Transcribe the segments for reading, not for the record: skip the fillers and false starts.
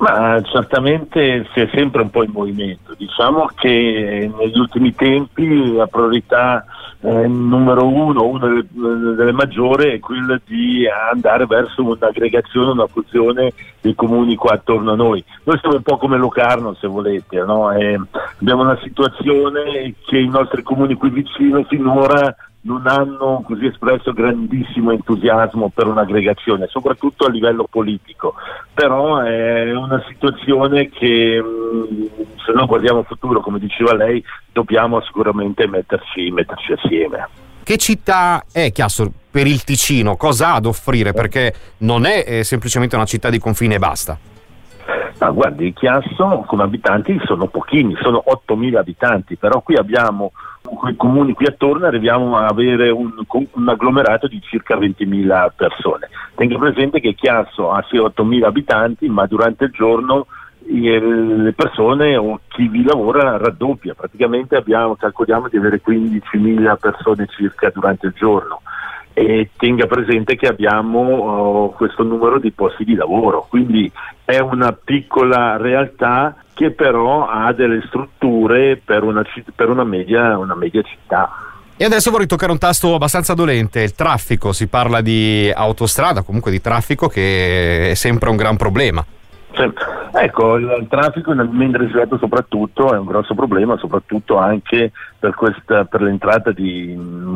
Ma certamente si è sempre un po' in movimento. Diciamo che negli ultimi tempi la priorità numero una delle maggiori è quella di andare verso un'aggregazione, una fusione dei comuni qua attorno a noi. Noi siamo un po' come Locarno, se volete, no? Abbiamo una situazione che i nostri comuni qui vicino finora non hanno così espresso grandissimo entusiasmo per un'aggregazione, soprattutto a livello politico, però è una situazione che se noi guardiamo al futuro, come diceva lei, dobbiamo sicuramente metterci assieme. Che città è Chiasso per il Ticino? Cosa ha ad offrire? Perché non è semplicemente una città di confine e basta. Ma guardi, Chiasso come abitanti sono pochini, sono 8.000 abitanti, però qui abbiamo quei comuni qui attorno, arriviamo a avere un agglomerato di circa 20.000 persone. Tenga presente che Chiasso ha sì 8.000 abitanti, ma durante il giorno le persone o chi vi lavora raddoppia, praticamente calcoliamo di avere 15.000 persone circa durante il giorno. E tenga presente che abbiamo questo numero di posti di lavoro, quindi è una piccola realtà che però ha delle strutture per una media città. E adesso vorrei toccare un tasto abbastanza dolente, il traffico. Si parla di autostrada, comunque di traffico, che è sempre un gran problema. Ecco, il traffico nel Mendrisiotto soprattutto è un grosso problema, soprattutto anche per l'entrata di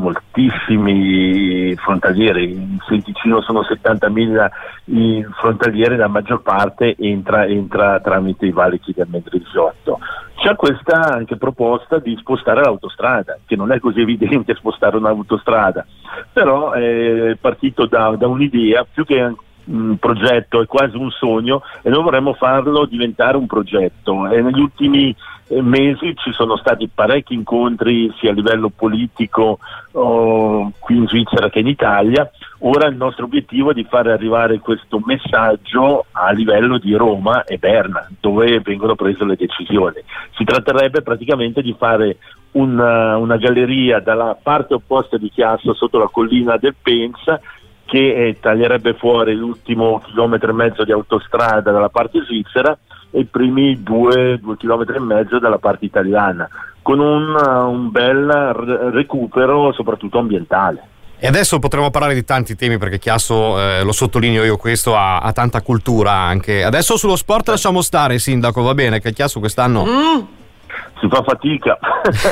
moltissimi frontalieri. In Ticino sono 70.000 i frontalieri, la maggior parte entra tramite i valichi del Mendrisiotto. C'è questa anche proposta di spostare l'autostrada, che non è così evidente spostare un'autostrada, però è partito da un'idea, più che un progetto, è quasi un sogno, e noi vorremmo farlo diventare un progetto. E negli ultimi mesi ci sono stati parecchi incontri sia a livello politico qui in Svizzera che in Italia. Ora il nostro obiettivo è di fare arrivare questo messaggio a livello di Roma e Berna, dove vengono prese le decisioni. Si tratterebbe praticamente di fare una galleria dalla parte opposta di Chiasso, sotto la collina del Pensa, che taglierebbe fuori l'ultimo chilometro e mezzo di autostrada dalla parte svizzera e i primi 2 chilometri e mezzo dalla parte italiana, con un bel recupero soprattutto ambientale. E adesso potremo parlare di tanti temi, perché Chiasso, lo sottolineo io questo, ha tanta cultura anche. Adesso sullo sport lasciamo stare, sindaco, va bene, che Chiasso quest'anno... Si fa fatica.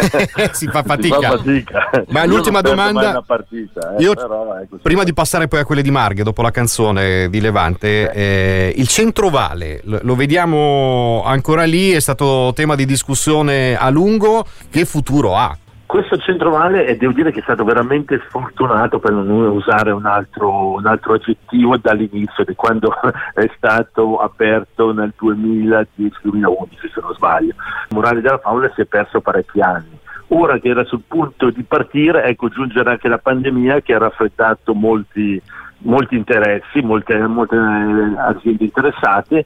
Si fa fatica. Ma l'ultima domanda, partita, io però prima di passare poi a quelle di Marghe, dopo la canzone di Levante, il Centrovale lo vediamo ancora lì, è stato tema di discussione a lungo. Che futuro ha? Questo Centrovale, devo dire che è stato veramente sfortunato, per non usare un altro aggettivo, dall'inizio, di quando è stato aperto nel 2010-2011, se non sbaglio. Il morale della favola si è perso parecchi anni. Ora che era sul punto di partire, ecco, giungere anche la pandemia che ha raffreddato molti interessi, molte aziende interessate,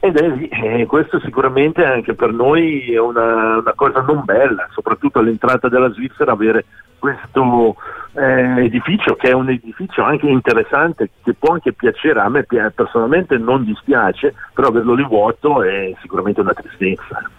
ed questo sicuramente anche per noi è una cosa non bella, soprattutto all'entrata della Svizzera, avere questo edificio, che è un edificio anche interessante, che può anche piacere. A me personalmente non dispiace, però averlo lì vuoto è sicuramente una tristezza.